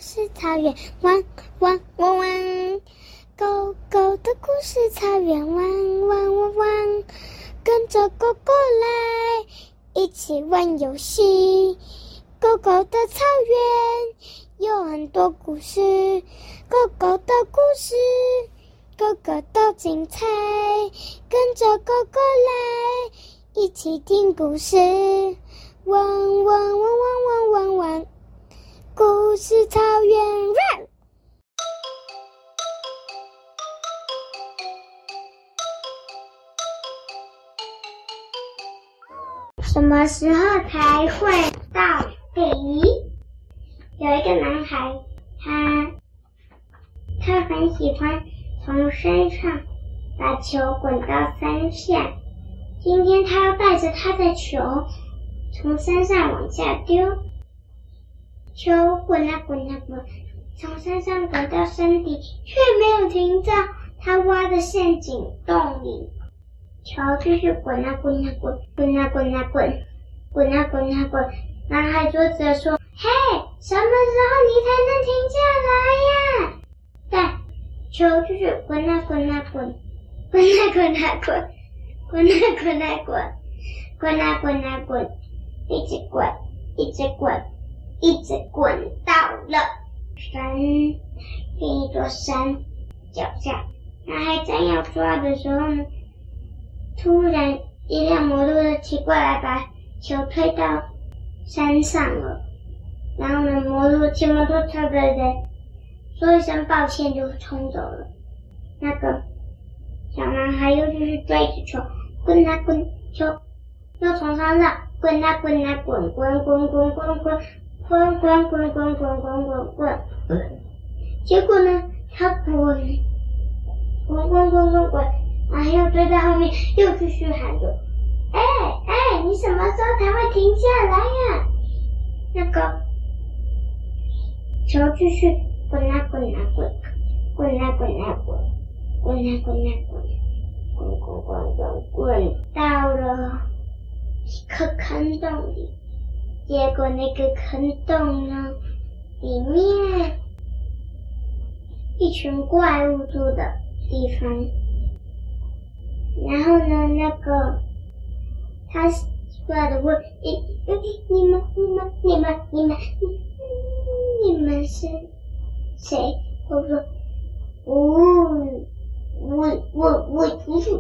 事草原，汪汪汪汪。狗狗的故事草原，汪汪汪汪。跟着狗狗来，一起玩游戏。狗狗的草原有很多故事，狗狗的故事，狗狗都精彩。跟着狗狗来，一起听故事。汪汪汪汪汪汪汪，故事草原。什么时候才会到底？有一个男孩，他很喜欢从山上把球滚到山下。今天他要带着他的球从山上往下丢，球滚啊滚啊滚，从山上滚到山底，却没有停在他挖的陷阱洞里。球继续滚啊滚啊滚，滚啊滚啊滚，滚啊滚啊滚。男孩捉着说：“嘿，什么时候你才能停下来呀？”但球继续滚啊滚啊滚，滚啊滚啊滚，滚啊滚啊滚，滚啊滚啊滚，一直滚，一直滚，一直滚到了山，另一座山脚下。男孩正要抓的时候呢，突然一辆摩托车骑过来，把球推到山上了。然后呢，骑摩托车的人说一声抱歉就冲走了。那个小男孩又继续追着球，滚啊滚，球又从山上滚啊滚啊滚，滚滚滚滚滚，滚滚滚滚滚滚滚滚。结果呢，他滚滚滚滚滚滚，然后又追在后面，又继续喊着：“哎，你什么时候才会停下来呀？”那个球继续滚啊滚啊滚，滚啊滚啊滚，滚啊滚啊滚，滚滚滚滚滚到了一个坑洞里。结果那个坑洞呢，里面一群怪物住的地方。然后呢，那个他出来的问：“你们是谁？”我说：“我出去。”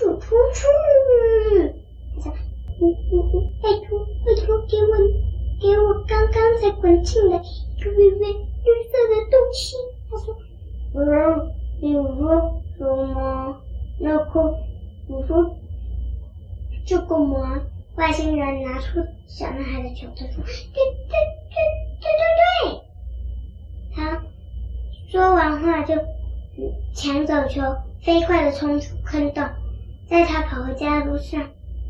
他说：“拜托，给我刚刚才滚进来一个绿色的东西。”他说：“你说什么？那个。”我说：“这个嘛。”外星人拿出小男孩的球，他说：“对。”他说完话就抢走球，飞快地冲出坑洞。在他跑回家的路上，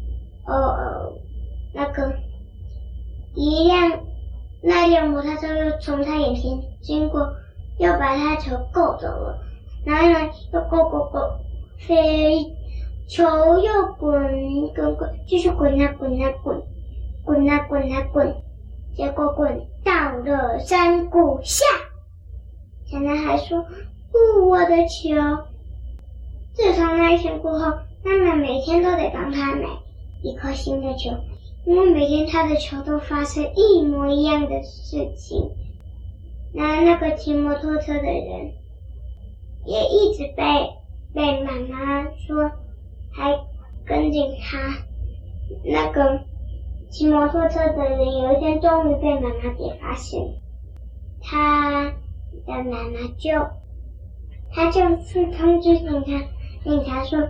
那辆摩托车又从他眼前经过，又把他球够走了。然后呢，又够飞。球又滚，继续滚啊滚啊滚，滚啊滚啊滚，结果滚到了山谷下。小男孩说：“我的球。”自从那一天过后，妈妈每天都得帮他买一颗新的球，因为每天他的球都发生一模一样的事情。那个骑摩托车的人也一直被妈妈说还跟紧他。那个骑摩托车的人有一天终于被妈妈给发现，他的妈妈他就去通知警察说：“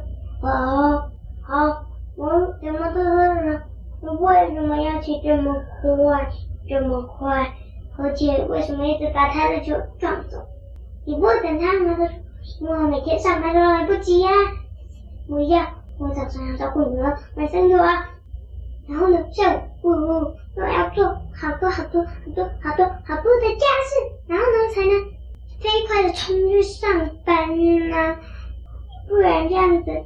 我骑摩托车的人为什么要骑这么快，而且为什么一直把他的球撞走？你不会等他吗？”他说：“我每天上班都来不及呀，我早上要照顾女儿，晚上又要，然后呢，下午又要做好多的家事，然后呢才能飞快的冲去上班啊，不然这样子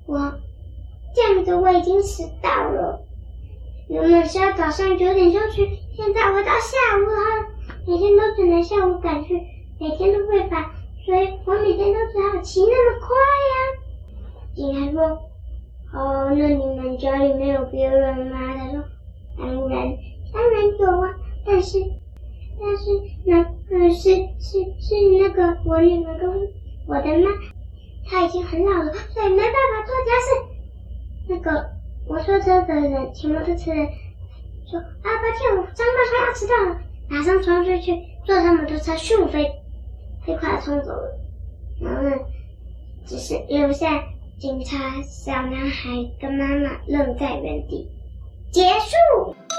我已经迟到了。原本是要早上9点就去，现在我到下午每天都只能下午赶去，每天都被罚，所以我每天都只好骑那么快呀。警察说：哦，那你们家里面有别人吗？他说：当然有啊，但是那个我女儿跟我的妈，她已经很老了，所以没办法做家事。那个摩托车的人，骑摩托车的人说：啊，抱歉，我张大川要迟到了，马上冲出去，坐上摩托车，咻飞快的冲走了。然后呢，只是留下警察、小男孩跟妈妈愣在原地。结束。